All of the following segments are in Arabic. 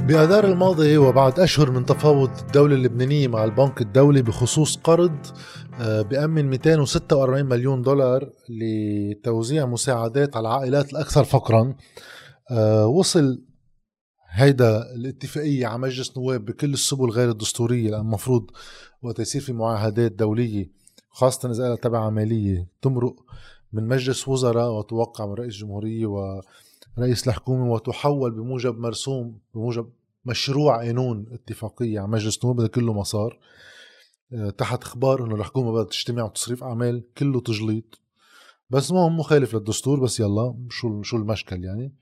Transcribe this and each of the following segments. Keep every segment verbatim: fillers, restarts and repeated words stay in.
بآذار الماضي وبعد أشهر من تفاوض الدولة اللبنانية مع البنك الدولي بخصوص قرض بأمن مئتين وستة وأربعين مليون دولار لتوزيع مساعدات على العائلات الأكثر فقرا، وصل هيدا الاتفاقية على مجلس نواب بكل السبل غير الدستورية، لأن المفروض وقت يصير في معاهدات دولية خاصة إذا كانت تبع عملية تمرق من مجلس وزراء وتوقع من رئيس الجمهورية ورئيس الحكومة وتحول بموجب مرسوم بموجب مشروع قانون اتفاقية على مجلس نواب. هذا كله مسار تحت اخبار انه الحكومة بدها تجتمع وتصريف اعمال، كله تجليط بس ما هو مخالف للدستور. بس يلا شو شو المشكل يعني.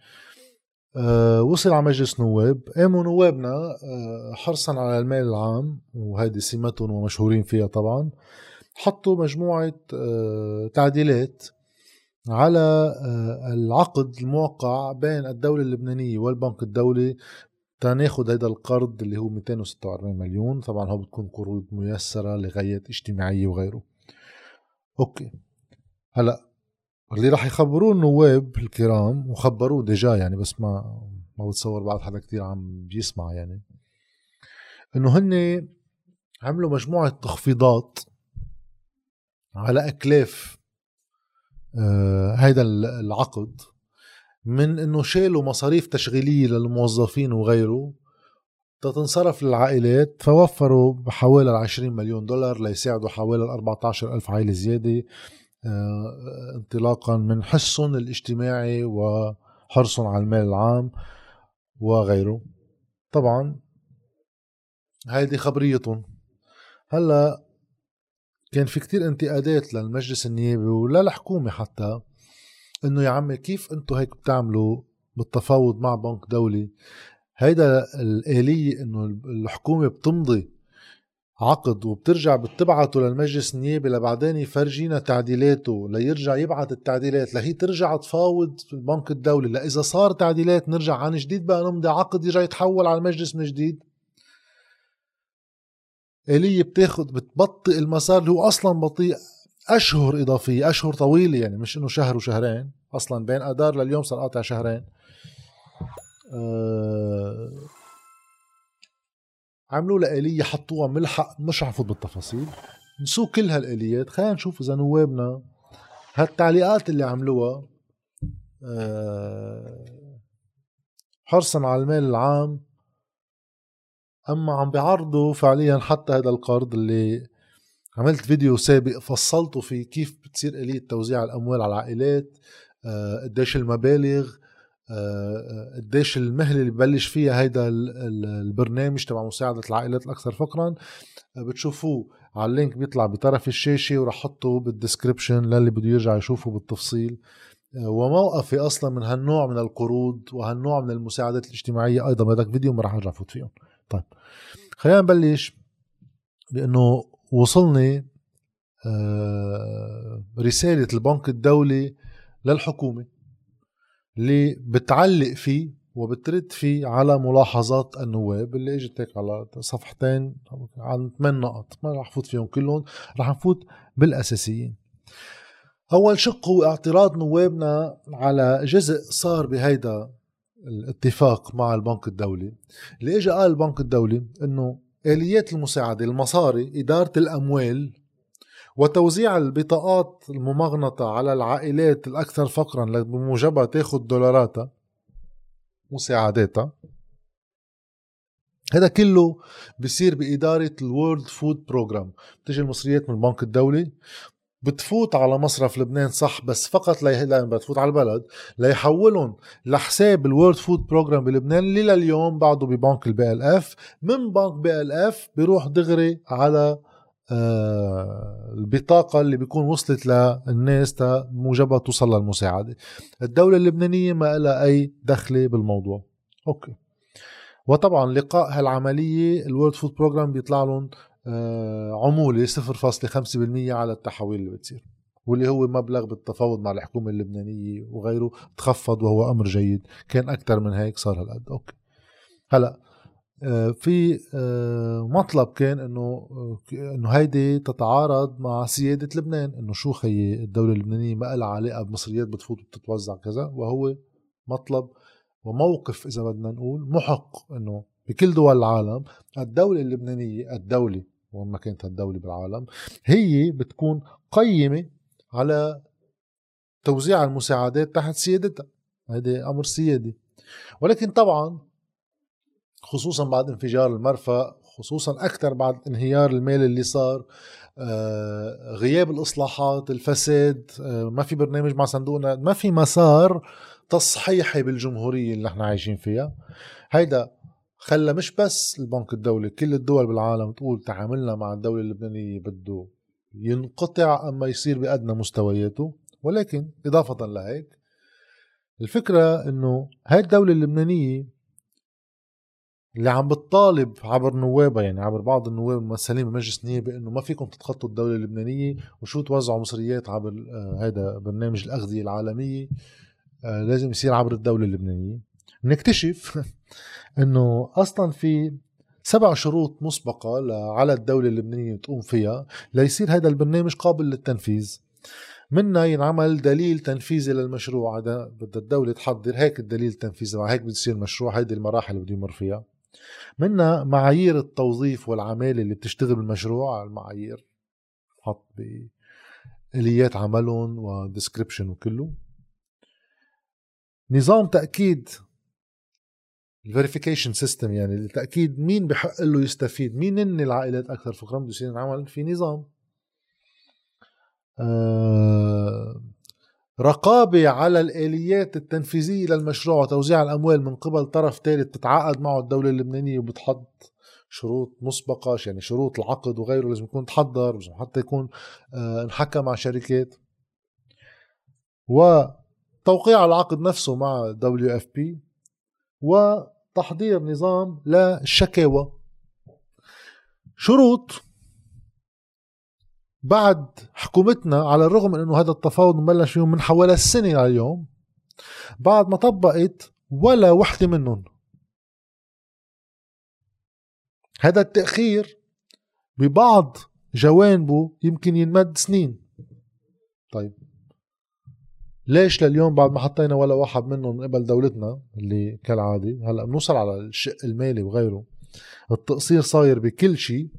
أه وصل على مجلس نواب، قاموا نوابنا أه حرصا على المال العام وهذه سمتهم ومشهورين فيها طبعا، حطوا مجموعة أه تعديلات على أه العقد الموقع بين الدولة اللبنانية والبنك الدولي تناخد هيدا القرض اللي هو مئتين وستة وأربعين مليون. طبعا هو بتكون قروض ميسرة لغايات اجتماعية وغيره. اوكي، هلأ اللي راح يخبروه النواب الكرام وخبروه ديجا يعني، بس ما ما بتصور بعد حدا كتير عم بيسمع يعني، انه هن عملوا مجموعة تخفيضات على اكلاف آه هيدا العقد، من انه شالوا مصاريف تشغيلية للموظفين وغيره تتنصرف للعائلات، فوفروا بحوالي عشرين مليون دولار ليساعدوا حوالي أربعة عشر ألف عائلة زيادة، آه انطلاقا من حسهم الاجتماعي وحرصهم على المال العام وغيره. طبعا هيدي خبريتهم. هلا كان في كتير انتقادات للمجلس النيابي ولا الحكومة حتى، انه يا عمي كيف انتو هيك بتعملوا بالتفاوض مع بنك دولي؟ هيدا الآلية انه الحكومة بتمضي عقد وبترجع بتبعته للمجلس النيابي لبعدين يفرجينا تعديلاته ليرجع يبعت التعديلات لهي ترجع تفاوض في البنك الدولي، لا إذا صار تعديلات نرجع عن جديد بقى نمضي عقد يرجع يتحول على المجلس من جديد. آلية بتاخد بتبطئ المسار اللي هو أصلا بطيء أشهر إضافية، أشهر طويلة يعني، مش إنه شهر وشهرين، أصلا بين أدار لليوم صار قاطع شهرين. أه عملوا لها آلية حطوها ملحق، مش رح فوت بالتفاصيل، نسوا كل هالآليات. خلينا نشوف إذا نوابنا هالتعليقات اللي عملوها أه حرصا على المال العام أما عم بيعرضوا فعليا حتى هذا القرض اللي عملت فيديو سابق فصلته في كيف بتصير آلية توزيع الأموال على العائلات، أه قديش المبالغ، قديش أه المهلة اللي ببلش فيها هيدا البرنامج تبع مساعدة العائلات الأكثر فقرا. أه بتشوفوه على اللينك بيطلع بطرف الشاشة ورح حطه بالديسكريبشن للي بده يرجع يشوفه بالتفصيل. أه وموقفي أصلا من هالنوع من القروض وهالنوع من المساعدات الاجتماعية أيضا بهذاك فيديو ما رح أرجع فوت فيهم. طيب خلينا نبلش بأنه وصلني أه رسالة البنك الدولي للحكومة اللي بتعلق فيه وبترد فيه على ملاحظات النواب اللي اجت هيك على صفحتين عن ثمان نقط، ما رح فوت فيهم كلهم، رح نفوت بالأساسيين. أول شق هو اعتراض نوابنا على جزء صار بهيدا الاتفاق مع البنك الدولي، اللي اجى قال البنك الدولي انه آليات المساعدة، المصاري، إدارة الأموال وتوزيع البطاقات الممغنطة على العائلات الأكثر فقرا بموجبها تاخد دولاراتها مساعداتها، هذا كله بيصير بإدارة الورلد فود بروجرام. بتجي المصريات من البنك الدولي بتفوت على مصرف لبنان صح، بس فقط لا بتفوت على البلد ليحولهم لحساب الورلد فود بروجرام بلبنان اللي لليوم بعده ببنك البي ال اف. من بنك بي ال اف بيروح دغري على آه البطاقة اللي بيكون وصلت للناس موجبة توصل للمساعدة. الدولة اللبنانية ما لها أي دخل بالموضوع. أوكي، وطبعا لقاء هالعملية الورلد فود بروجرام بيطلع لهم آه عمولة صفر فاصلة خمسة بالمية على التحويل اللي بتصير، واللي هو مبلغ بالتفاوض مع الحكومة اللبنانية وغيره تخفض وهو أمر جيد. كان أكتر من هيك صار هالقد. أوكي، هلأ في مطلب كان انه انه هيدي تتعارض مع سيادة لبنان، انه شو خي الدولة اللبنانية ما لها علاقة بمصريات بتفوت وبتتوزع كذا، وهو مطلب وموقف اذا بدنا نقول محق انه بكل دول العالم الدولة اللبنانية الدولة وين ما كانت الدولة بالعالم هي بتكون قيمة على توزيع المساعدات تحت سيادتها. هذا أمر سيادي. ولكن طبعا خصوصا بعد انفجار المرفأ، خصوصا أكثر بعد انهيار المال اللي صار، آه، غياب الإصلاحات، الفساد، آه، ما في برنامج مع صندوقنا، ما في مسار تصحيحي بالجمهورية اللي احنا عايشين فيها. هيدا خلى مش بس البنك الدولي، كل الدول بالعالم تقول تعاملنا مع الدولة اللبنانية بده ينقطع أما يصير بأدنى مستوياته. ولكن إضافة لهيك الفكرة إنه هاي الدولة اللبنانية اللي عم بتطالب عبر نوابها، يعني عبر بعض النواب الممثلين بمجلس النيابة، انه ما فيكم تتخطوا الدولة اللبنانية وشو توزعوا مصريات عبر هذا آه برنامج الأغذية العالمية، آه لازم يصير عبر الدولة اللبنانية. نكتشف انه اصلا في سبع شروط مسبقة على الدولة اللبنانية تقوم فيها ليصير هذا البرنامج قابل للتنفيذ. منا ينعمل دليل تنفيذي للمشروع، هذا بدها الدولة تحضر هيك الدليل التنفيذي، هيك بده يصير المشروع، هيدي المراحل اللي بده يمر فيها. منا معايير التوظيف والعمالة اللي بتشتغل بالمشروع، المعايير حط بآليات عملهم وديسكريبشن وكله. نظام تأكيد الفيريفيكيشن سيستم، يعني التأكيد مين بحق له يستفيد، مين هن العائلات أكثر فقرا، بده يصير ينعمل في نظام. آه رقابة على الآليات التنفيذية للمشروع وتوزيع الأموال من قبل طرف ثالث تتعاقد معه الدولة اللبنانية وبتحط شروط مسبقة، يعني شروط العقد وغيره لازم يكون تحضر، لازم حتى يكون آه نحكى مع شركات. وتوقيع العقد نفسه مع دبليو إف بي، وتحضير نظام للشكاوى. شروط بعد حكومتنا على الرغم من انه هذا التفاوض مبلش فيهم من حوالي السنة اليوم، بعد ما طبقت ولا وحدة منهم. هذا التأخير ببعض جوانبه يمكن ينمد سنين. طيب ليش لليوم بعد ما حطينا ولا واحد منهم من قبل دولتنا اللي كالعادة هلأ بنوصل على الشق المالي وغيره، التقصير صاير بكل شيء،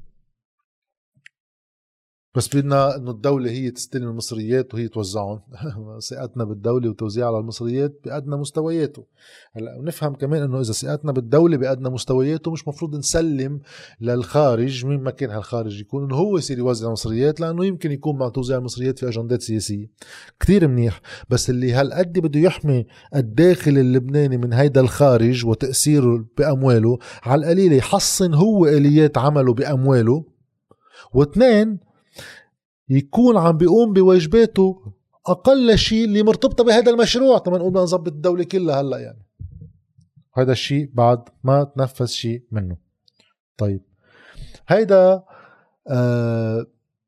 بس بدنا انه الدولة هي تستلم المصريات وهي توزعهم. ثقتنا بالدولة وتوزيع على المصريات بأدنى مستوياته. هلا ونفهم كمان انه اذا ثقتنا بالدولة بأدنى مستوياته مش مفروض نسلم للخارج، مين ما كان هالخارج يكون، انه هو يصير يوزع المصريات، لانه يمكن يكون مع توزيع المصريات في اجندات سياسية. كتير منيح، بس اللي هالقد بده يحمي الداخل اللبناني من هيدا الخارج وتأثيره بأمواله، على القليل يحصن هو آليات عمله بأمواله، واثنين يكون عم بيقوم بواجباته أقل شيء اللي مرتبطة بهذا المشروع. طبعا نقول بدنا نظبط الدولة كلها هلأ، يعني هذا الشيء بعد ما تنفذ شيء منه. طيب هيدا آه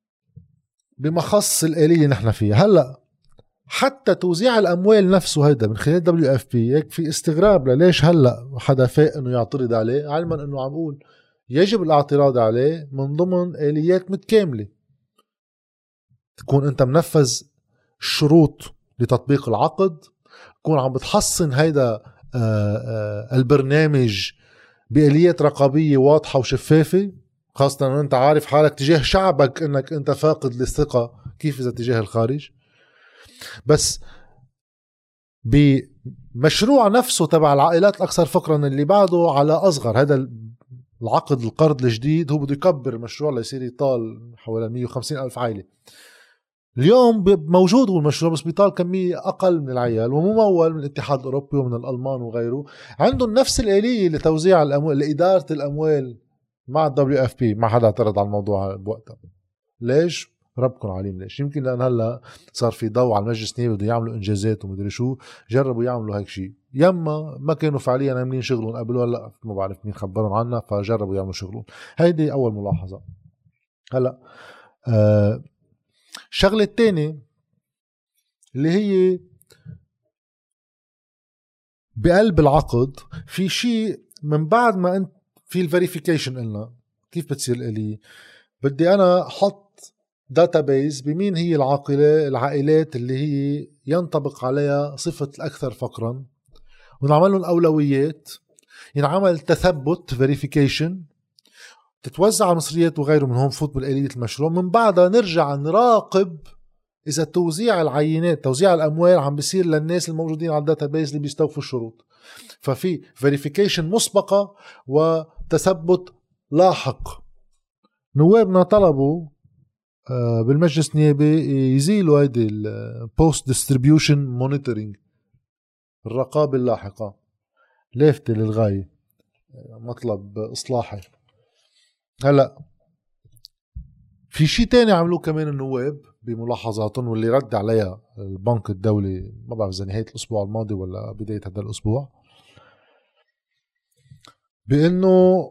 بمخص الآلية نحن فيها. هلأ حتى توزيع الأموال نفسه هيدا من خلال دبليو إف بي، هيك في استغراب ليش هلأ حدا فاق إنه يعترض عليه، علما إنه عم بقول يجب الاعتراض عليه من ضمن آليات متكاملة، تكون انت منفذ الشروط لتطبيق العقد، تكون عم بتحصن هيدا البرنامج بآليات رقابية واضحة وشفافة، خاصة انه انت عارف حالك تجاه شعبك انك انت فاقد للثقة، كيف اذا تجاه الخارج. بس بمشروع نفسه تبع العائلات الاكثر فقرا اللي بعده على اصغر، هذا العقد القرض الجديد هو بده يكبر المشروع ليصير يطال حوالي مية وخمسين ألف عائلة. اليوم موجود هو المشروع بس بيطال كمية أقل من العيال، وممول من الاتحاد الأوروبي ومن الألمان وغيره، عندهم نفس الآلية لتوزيع الأموال لإدارة الأموال مع الدبليو إف بي. ما حدا اعترض على الموضوع بوقتها. ليش؟ ربكم عليم ليش. يمكن لأن هلا صار في ضوء على المجلس النيابي بده يعملوا إنجازات ومدري شو، جربوا يعملوا هيك شيء، يما ما كانوا فعليا عاملين شغلهم قبل، هلا ما بعرف مين خبرهم عنها فجربوا يعملوا شغلهم. هيدي أول ملاحظة. هلا آه الشغلة الثانية اللي هي بقلب العقد في شيء من بعد ما انت في الفيريفيكيشن، قلنا كيف بتصير الآلية، بدي انا احط داتابيز بمين هي العاقلة العائلات اللي هي ينطبق عليها صفة الأكثر فقرا، ونعمل لهم أولويات، ينعمل تثبت verification، تتوزع مصريات وغيره من هون فوت بالآلية المشروع. من بعدها نرجع نراقب إذا توزيع العينات توزيع الأموال عم بيصير للناس الموجودين على الداتابيز اللي بيستوفوا الشروط. ففي verification مسبقة وتثبت لاحق. نوابنا طلبوا بالمجلس النيابي يزيلوا هيدي البوست ديستريبيوشن مونيتورينج، الرقابة اللاحقة، لافتة للغاية، مطلب إصلاحي. هلأ في شيء تاني عملوه كمان النواب بملاحظاتهم واللي رد عليها البنك الدولي، ما بعرف إذا نهاية الأسبوع الماضي ولا بداية هذا الأسبوع، بأنه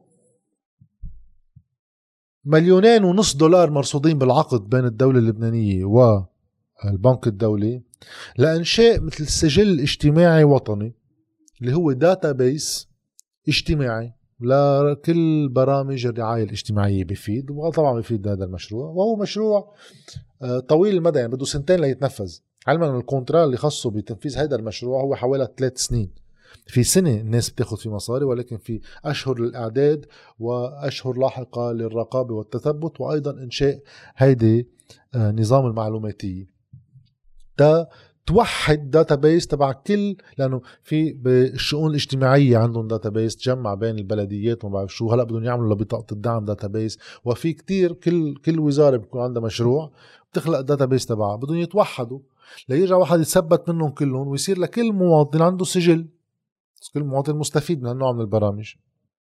مليونين ونص دولار مرصودين بالعقد بين الدولة اللبنانية والبنك الدولي لإنشاء مثل سجل اجتماعي وطني اللي هو داتابيس اجتماعي لكل برامج الرعاية الاجتماعية. بيفيد وطبعا بيفيد هذا المشروع، وهو مشروع طويل المدى، يعني بده سنتين ليتنفذ، علما ان الكونترا اللي خصه بتنفيذ هذا المشروع هو حوالي ثلاث سنين. في سنة الناس بتاخد فيه مصاري، ولكن في أشهر للإعداد وأشهر لاحقة للرقابة والتثبت، وأيضا إنشاء هيدي نظام المعلوماتي تا توحد داتابيس تبع كل، لأنه في بالشؤون الاجتماعية عندهم داتابيس تجمع بين البلديات وما بعرف شو. هلأ بدهم يعملوا لبطاقة الدعم داتابيس، وفي كتير كل كل وزارة بيكون عندها مشروع بتخلق داتابيس تبعها، بدهم يتوحدوا ليرجع واحد يتثبت منهم كلهم ويصير لكل مواطن عنده سجل، كل مواطن مستفيد من هالنوع من البرامج.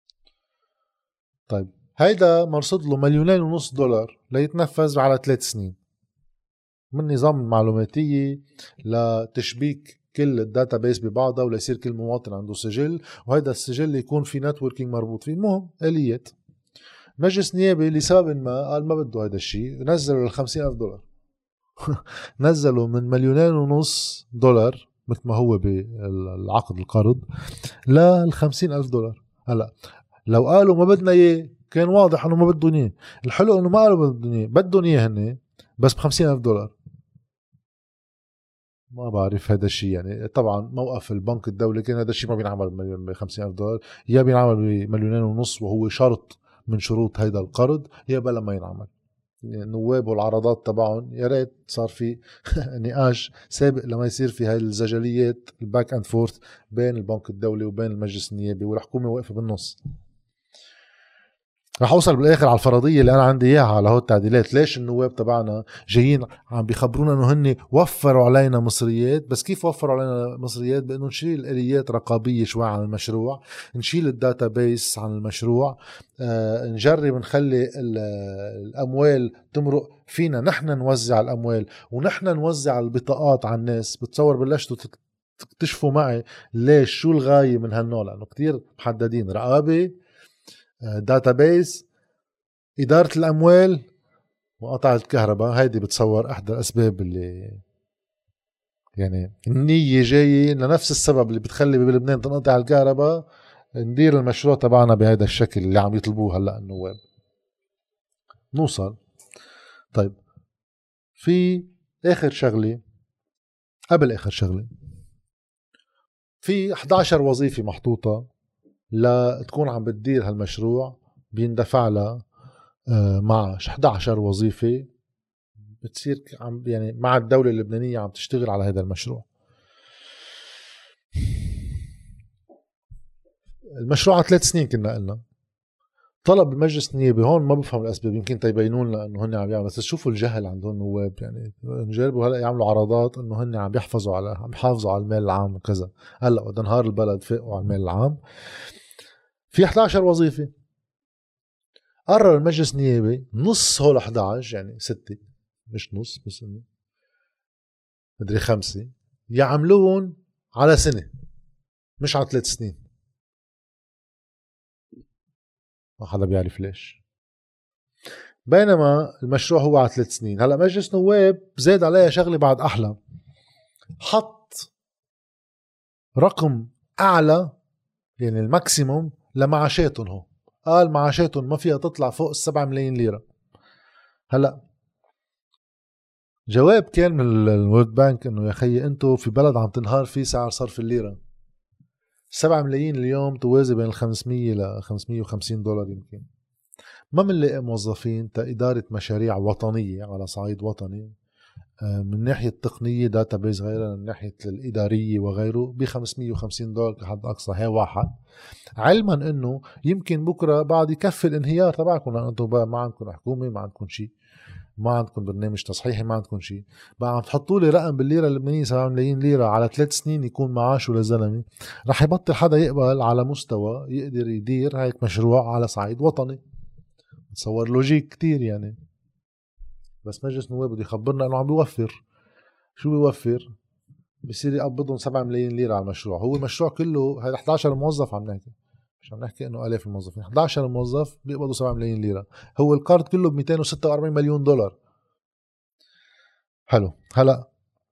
طيب هيدا مرصد له مليونين ونص دولار ليتنفذ على ثلاث سنين من نظام المعلوماتية لتشبيك كل الداتابيس ببعضها وليصير كل مواطن عنده سجل، وهيدا السجل يكون في نتوركينج مربوط فيه. المهم آليات. مجلس نيابي لسبب ما قال ما بده هيدا الشيء، نزلوا للخمسين ألف دولار نزلوا من مليونين ونص دولار مثل ما هو بالعقد القرض للخمسين ألف دولار. هلا لو قالوا ما بدنا اياه كان واضح انه ما بدهم اياه. الحلو انه ما قالوا ما بدهم اياه، بدهم اياه هن بس بخمسين ألف دولار. ما بعرف هذا الشيء، يعني طبعا موقف البنك الدولي كان هذا الشيء ما بينعمل ب خمسين ألف دولار، يا بينعمل بمليونين ونص وهو شرط من شروط هيدا القرض، يا بلا ما ينعمل. النواب والعرضات تبعهم يا ريت صار في نقاش سابق لما يصير في هاي الزجليات الباك اند فورث بين البنك الدولي وبين المجلس النيابي والحكومه واقفه بالنص. رح اوصل بالاخر على الفرضيه اللي انا عندي اياها على هو التعديلات. ليش النواب تبعنا جايين عم بيخبرونا انه هن وفروا علينا مصريات؟ بس كيف وفروا علينا مصريات؟ بانه نشيل الاليات رقابيه شوي عن المشروع، نشيل الداتابيس عن المشروع، آه نجرب نخلي الاموال تمرق فينا، نحن نوزع الاموال ونحن نوزع البطاقات على الناس. بتصور بلشتوا تكتشفوا معي ليش شو الغايه من هالنوع، لانه كتير محددين: رقابه، داتابيس، إدارة الأموال، وقطع الكهرباء. هيدي بتصور أحد الأسباب اللي يعني النية جاية لنفس السبب اللي بتخلي بلبنان تنقطع الكهرباء، ندير المشروع تبعنا بهذا الشكل اللي عم يطلبوه هلأ النواب. نوصل. طيب في آخر شغلة قبل آخر شغلة، في إحدى عشرة وظيفة محطوطة لتكون عم بتدير هالمشروع، بيندفع لها معاش. إحدى عشرة وظيفة بتصير عم يعني مع الدولة اللبنانية عم تشتغل على هذا المشروع. المشروع على ثلاث سنين كنا قلنا. طلب المجلس النيابي، هون ما بفهم الأسباب، يمكن تيبينون لنا إنه هن عم يعملوا، بس شوفوا الجهل عندهم النواب. يعني نجربوا هلا يعملوا عرضات إنه هن عم يحفظوا على عم يحافظوا على المال العام وكذا. هلا وده نهار البلد فاقوا على المال العام. في إحدى عشرة وظيفة، قرر المجلس النيابي نص هول إحدى عشر، يعني ستة مش نص بس إنه مدري خمسة، يعملون على سنة مش على ثلاث سنين. ما حدا بيعرف ليش، بينما المشروع هو على ثلاث سنين. هلا مجلس نواب زاد عليها شغله بعد احلى، حط رقم اعلى يعني الماكسيموم لمعاشاتهم. هو قال معاشاتهم ما فيها تطلع فوق السبعة ملايين ليرة. هلا جواب كان من الورد بانك انه يا خيي انتو في بلد عم تنهار فيه سعر صرف الليرة، سبعة ملايين اليوم توازي بين الخمسمية ل خمسمية وخمسين دولار يمكن. ما منلاقي موظفين تإدارة مشاريع وطنية على صعيد وطني من ناحية التقنية داتابيز غيرها من ناحية الإدارية وغيره ب خمسمية وخمسين دولار كحد أقصى. هي واحد، علما أنه يمكن بكرة بعد يكفي الانهيار تبعكم، لأن أنتم ما عندكم حكومة، ما عندكم شيء، ما عندكم برنامج تصحيحي، ما عندكم شيء، بقى عم تحطوا لي رقم بالليرة اللبنانية سبعة ملايين ليرة على ثلاث سنين يكون معاشه للزلمة، رح يبطل حدا يقبل على مستوى يقدر يدير هيك مشروع على صعيد وطني. تصور لوجيك كتير يعني. بس مجلس نواب بده يخبرنا انه عم بيوفر. شو بيوفر؟ بصير يقبضهم سبعة ملايين ليرة على المشروع. هو المشروع كله هذا احد عشر موظف، عم نحكي مش عم نحكي انه الاف الموظفين، احد عشر موظف بيقبضوا سبعة ملايين ليرة. هو القرض كله ب مئتين وستة وأربعين مليون دولار. حلو. هلا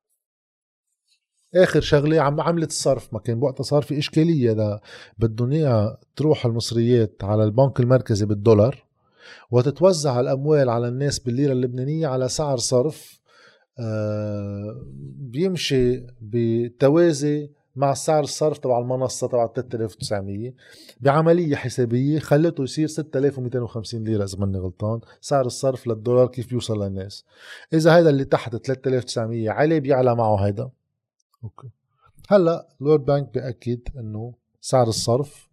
اخر شغله عم عملة الصرف، ما كان بوقتها صار في اشكاليه، ده بدهم اياها تروح المصريات على البنك المركزي بالدولار وتتوزع الاموال على الناس بالليره اللبنانيه على سعر صرف آه بيمشي بتوازي مع سعر الصرف تبع المنصه تبع ثلاثة آلاف وتسعمية، بعمليه حسابيه خلته يصير ستة آلاف ومئتين وخمسين ليره اذا ماني غلطان سعر الصرف للدولار كيف بيوصل للناس. اذا هذا اللي تحت ثلاثة آلاف وتسعمية عليه بيعلى معه هيدا. اوكي. هلا الورد بانك بأكد انه سعر الصرف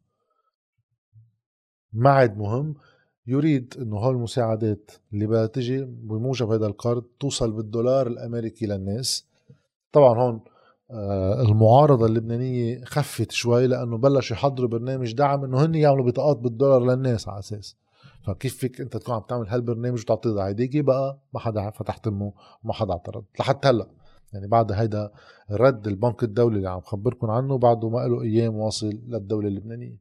ما عاد مهم، يريد انه هول المساعدات اللي بدها تجي بموجب هذا القرض توصل بالدولار الامريكي للناس. طبعا هون آه المعارضة اللبنانية خفت شوي لانه بلش يحضروا برنامج دعم انه هن يعملوا بطاقات بالدولار للناس على اساس. فكيف فيك انت تكون عم تعمل هالبرنامج وتعطيه هيديكي بقى؟ ما حدا فتح تمه وما حدا اعترض لحتى هلا يعني. بعد هيدا رد البنك الدولي اللي عم خبركم عنه بعده ما له ايام واصل للدولة اللبنانية.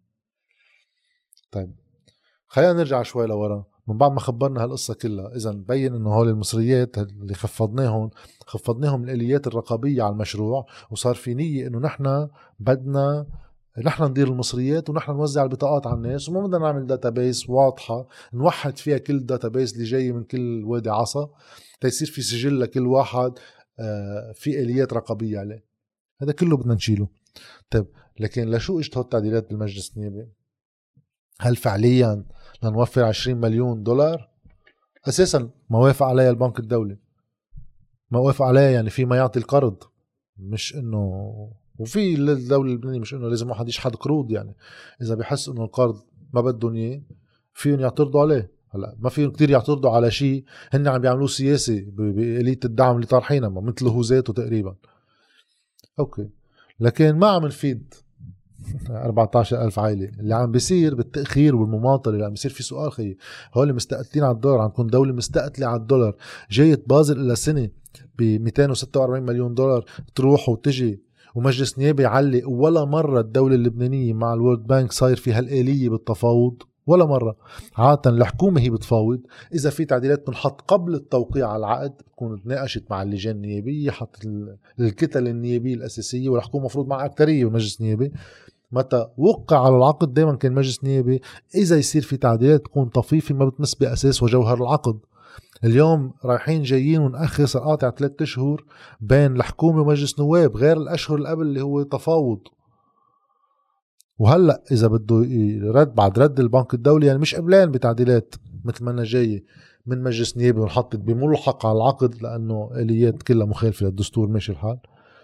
طيب خلينا نرجع شوي لورا. من بعد ما خبرنا هالقصة كلها، إذا بين إنه هول المصريات اللي خفضناهم خفضناهم الآليات الرقابية على المشروع، وصار في نية إنه نحن بدنا نحن ندير المصريات ونحن نوزع البطاقات على الناس، وما بدنا نعمل داتابيس واضحة نوحد فيها كل داتابيس اللي جاي من كل وادي عصا تيصير في سجل لكل واحد في آليات رقابية عليه. هذا كله بدنا نشيله. طيب لكن لشو اجت هالتعديلات بالمجلس النيابي؟ هل فعليا لنوفر عشرين مليون دولار؟ اساسا ما وافق عليها البنك الدولي، ما وافق عليها يعني في ما يعطي القرض، مش انه وفي الدولة اللبنانية مش انه لازم واحد يشحد قروض يعني. اذا بحس انه القرض ما بدهم اياه فيهم يعترضوا عليه. هلا ما فيهم كتير يعترضوا على شيء هن عم بيعملوه سياسي بآلية الدعم اللي طارحينها، ما مثله هو ذاته تقريبا. اوكي لكن ما عم نفيد أربعة عشر ألف عائلة. اللي عم بيصير بالتأخير والمماطلة اللي عم بيصير في سؤال خي، هول مستقتلين على الدولار، عم تكون دولة مستقتلة على الدولار جاية بازل إلى سنة ب مئتين وستة وأربعين مليون دولار تروح وتجي، ومجلس نيابي يعلق. ولا مرة الدولة اللبنانية مع الورد بانك صاير في هالآلية بالتفاوض ولا مرة. عادة الحكومة هي بتفاوض، إذا في تعديلات بنحط قبل التوقيع على العقد بتكون تناقشت مع اللجان النيابية، حطت الكتل النيابية الأساسية، والحكومة مفروض معها أكترية بالمجلس النيابي. متى وقع على العقد دائما كان مجلس نيابي، إذا يصير في تعديلات تكون طفيفة ما بتمس بأساس وجوهر العقد. اليوم رايحين جايين ونأخر صار قاطع ثلاثة أشهر بين الحكومة ومجلس نواب، غير الأشهر اللي قبل اللي هو تفاوض. وهلأ إذا بده يرد بعد رد البنك الدولي يعني مش قبلان بتعديلات مثل ما أنا جاي من مجلس نيابي ونحطت بملحق على العقد لأنه آليات كلها مخالفة للدستور ماشي الحال،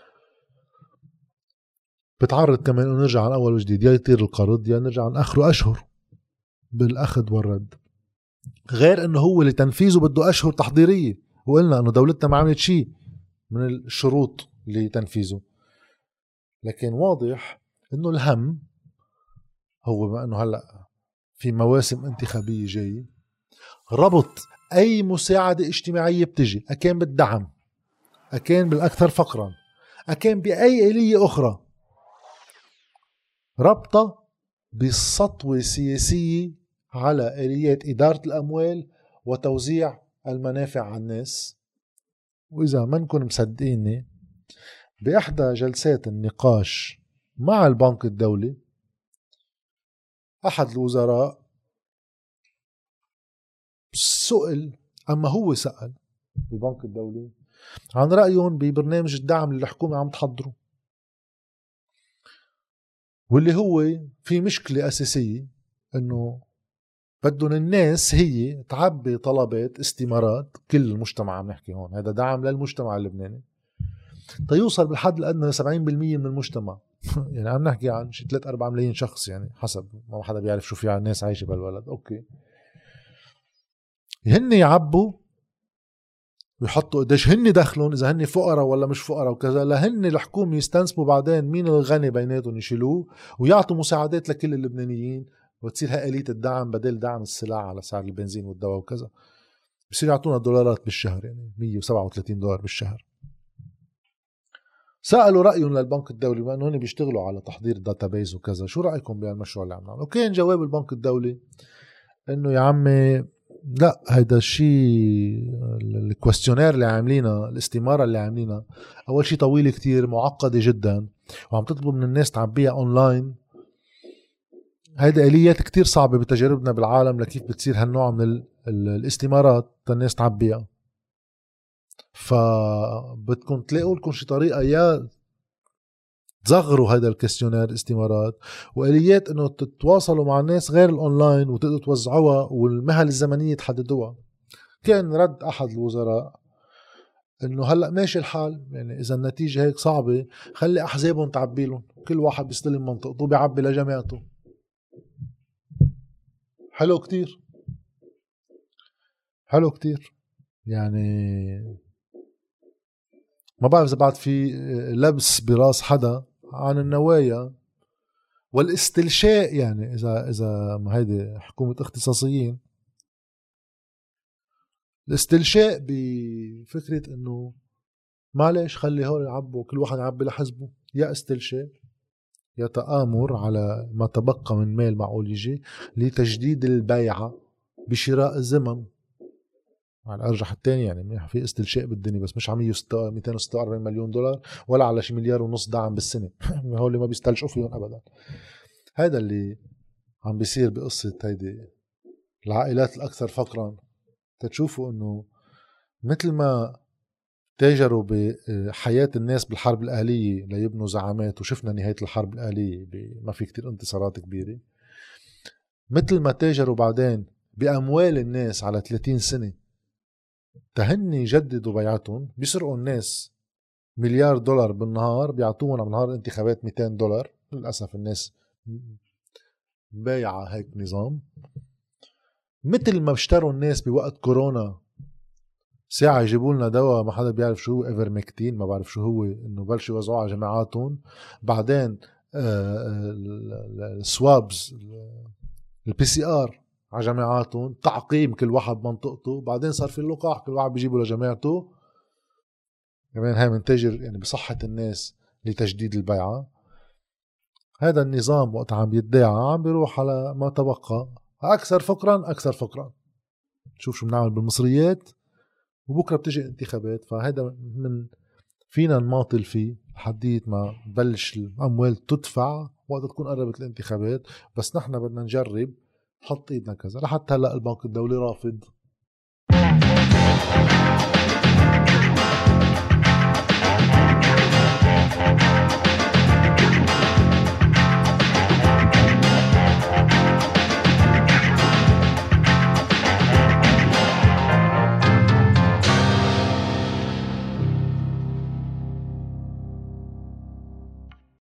بتعرض كمان انه نرجع عن اول وجديد، يا يطير القرض يا نرجع عن اخره اشهر بالاخذ والرد. غير انه هو لتنفيذه بده اشهر تحضيريه، وقلنا انه دولتنا ما عملت شيء من الشروط لتنفيذه. لكن واضح انه الهم هو بما انه هلا في مواسم انتخابيه جاي، ربط اي مساعده اجتماعيه بتجي، اكان بالدعم، اكان بالاكثر فقرا، اكان باي آلية اخرى، ربطه بالسطوة السياسية على آليات إدارة الأموال وتوزيع المنافع على الناس. وإذا ما نكون مصدقيني، بإحدى جلسات النقاش مع البنك الدولي أحد الوزراء سئل، أما هو سأل البنك الدولي عن رأيهم ببرنامج الدعم اللي الحكومة عم تحضره. واللي هو في مشكلة أساسية إنه بدهم الناس هي تعبي طلبات استمارات. كل المجتمع عم نحكي هون، هذا دعم للمجتمع اللبناني تيوصل بالحد الأدنى ل سبعين بالمية من المجتمع. يعني عم نحكي عن شي ثلاثة أربعة ملايين شخص، يعني حسب ما حدا بيعرف شو في ناس عايشة بالبلد. أوكي، هن يعبوا ويحطوا قديش هن دخلهم، إذا هن فقراء ولا مش فقراء وكذا، لهن الحكومة يستنسبوا بعدين مين الغني بيناتهم يشيلوه ويعطوا مساعدات لكل اللبنانيين، وتصير هاي آلية الدعم بدل دعم السلع على سعر البنزين والدواء وكذا. بصير يعطونا دولارات بالشهر، يعني مية وسبعة وثلاثين دولار بالشهر. سألوا رأيهم للبنك الدولي، بما انه هن بيشتغلوا على تحضير داتابيز وكذا، شو رأيكم بهالمشروع اللي عم نعمله؟ وكان جواب البنك الدولي انه يا عمي لا، هيدا الشيء الكويستيونير اللي عاملينها، الاستمارة اللي عاملينها اول شيء طويلة كتير، معقدة جدا، وعم تطلبوا من الناس تعبيها اونلاين. هيدا آليات كتير صعبة بتجاربنا بالعالم لكيف بتصير هالنوع من ال ال الاستمارات الناس تعبيها. فبدكم تلاقوا لكم شي طريقة يا تصغروا هذا الكستيونير استمارات، وآليات انه تتواصلوا مع الناس غير الاونلاين وتقدروا توزعوها والمهل الزمنية تحددوها. كان رد احد الوزراء انه هلا ماشي الحال، يعني اذا النتيجة هيك صعبة خلي احزابهم تعبي لهم، كل واحد بيستلم منطقته بيعبي لجماعته. حلو كتير، حلو كتير. يعني ما بعرف اذا بعد في لبس براس حدا عن النوايا والاستلشاء. يعني اذا اذا ما هيدي حكومة اختصاصيين، الاستلشاء بفكرة انه معلش خلي هول يعبوا، كل واحد يعبي لحزبه، يا استلشاء يا تآمر على ما تبقى من مال معقول يجي لتجديد البيعة بشراء الزمن. على الارجح الثاني، يعني في استلشاء بالدنيا بس مش على مئتين وستة وأربعين مليون دولار ولا على شي مليار ونص دعم بالسنة. هول اللي ما بيستلشوا فيهم ابدا. هذا اللي عم بيصير بقصة هيدي العائلات الاكثر فقرا. تتشوفوا انه مثل ما تاجروا بحياة الناس بالحرب الأهلية ليبنوا زعامات، وشفنا نهاية الحرب الأهلية ما في كتير انتصارات كبيرة، مثل ما تاجروا بعدين بأموال الناس على ثلاثين سنة تهني يجددوا بيعتهم، بيسرقوا الناس مليار دولار بالنهار، بيعطوهم بنهار الانتخابات مئتين دولار. للأسف الناس بايعة هيك نظام. مثل ما اشتروا الناس بوقت كورونا ساعة يجيبوا لنا دواء ما حدا بيعرف شو هو، ايفرمكتين ما بعرف شو هو، انه بلشوا يوزعوه على جماعاتهم. بعدين السوابز البي سي ار على جماعاتهم، تعقيم كل واحد بمنطقته. بعدين صار في اللقاح كل واحد بيجيبه لجماعته. كمان هاي من تاجر يعني بصحة الناس لتجديد البيعة. هذا النظام وقت عم يدعى عم بيروح على ما تبقى أكثر فقرا أكثر فقرا. شوف شو بنعمل بالمصريات، وبكرة بتجي انتخابات. فهذا من فينا نماطل فيه لحديت ما بلش الأموال تدفع وقت تكون قربت الانتخابات. بس نحن بدنا نجرب نحط ايدنا كذا. لحتى هلا البنك الدولي رافض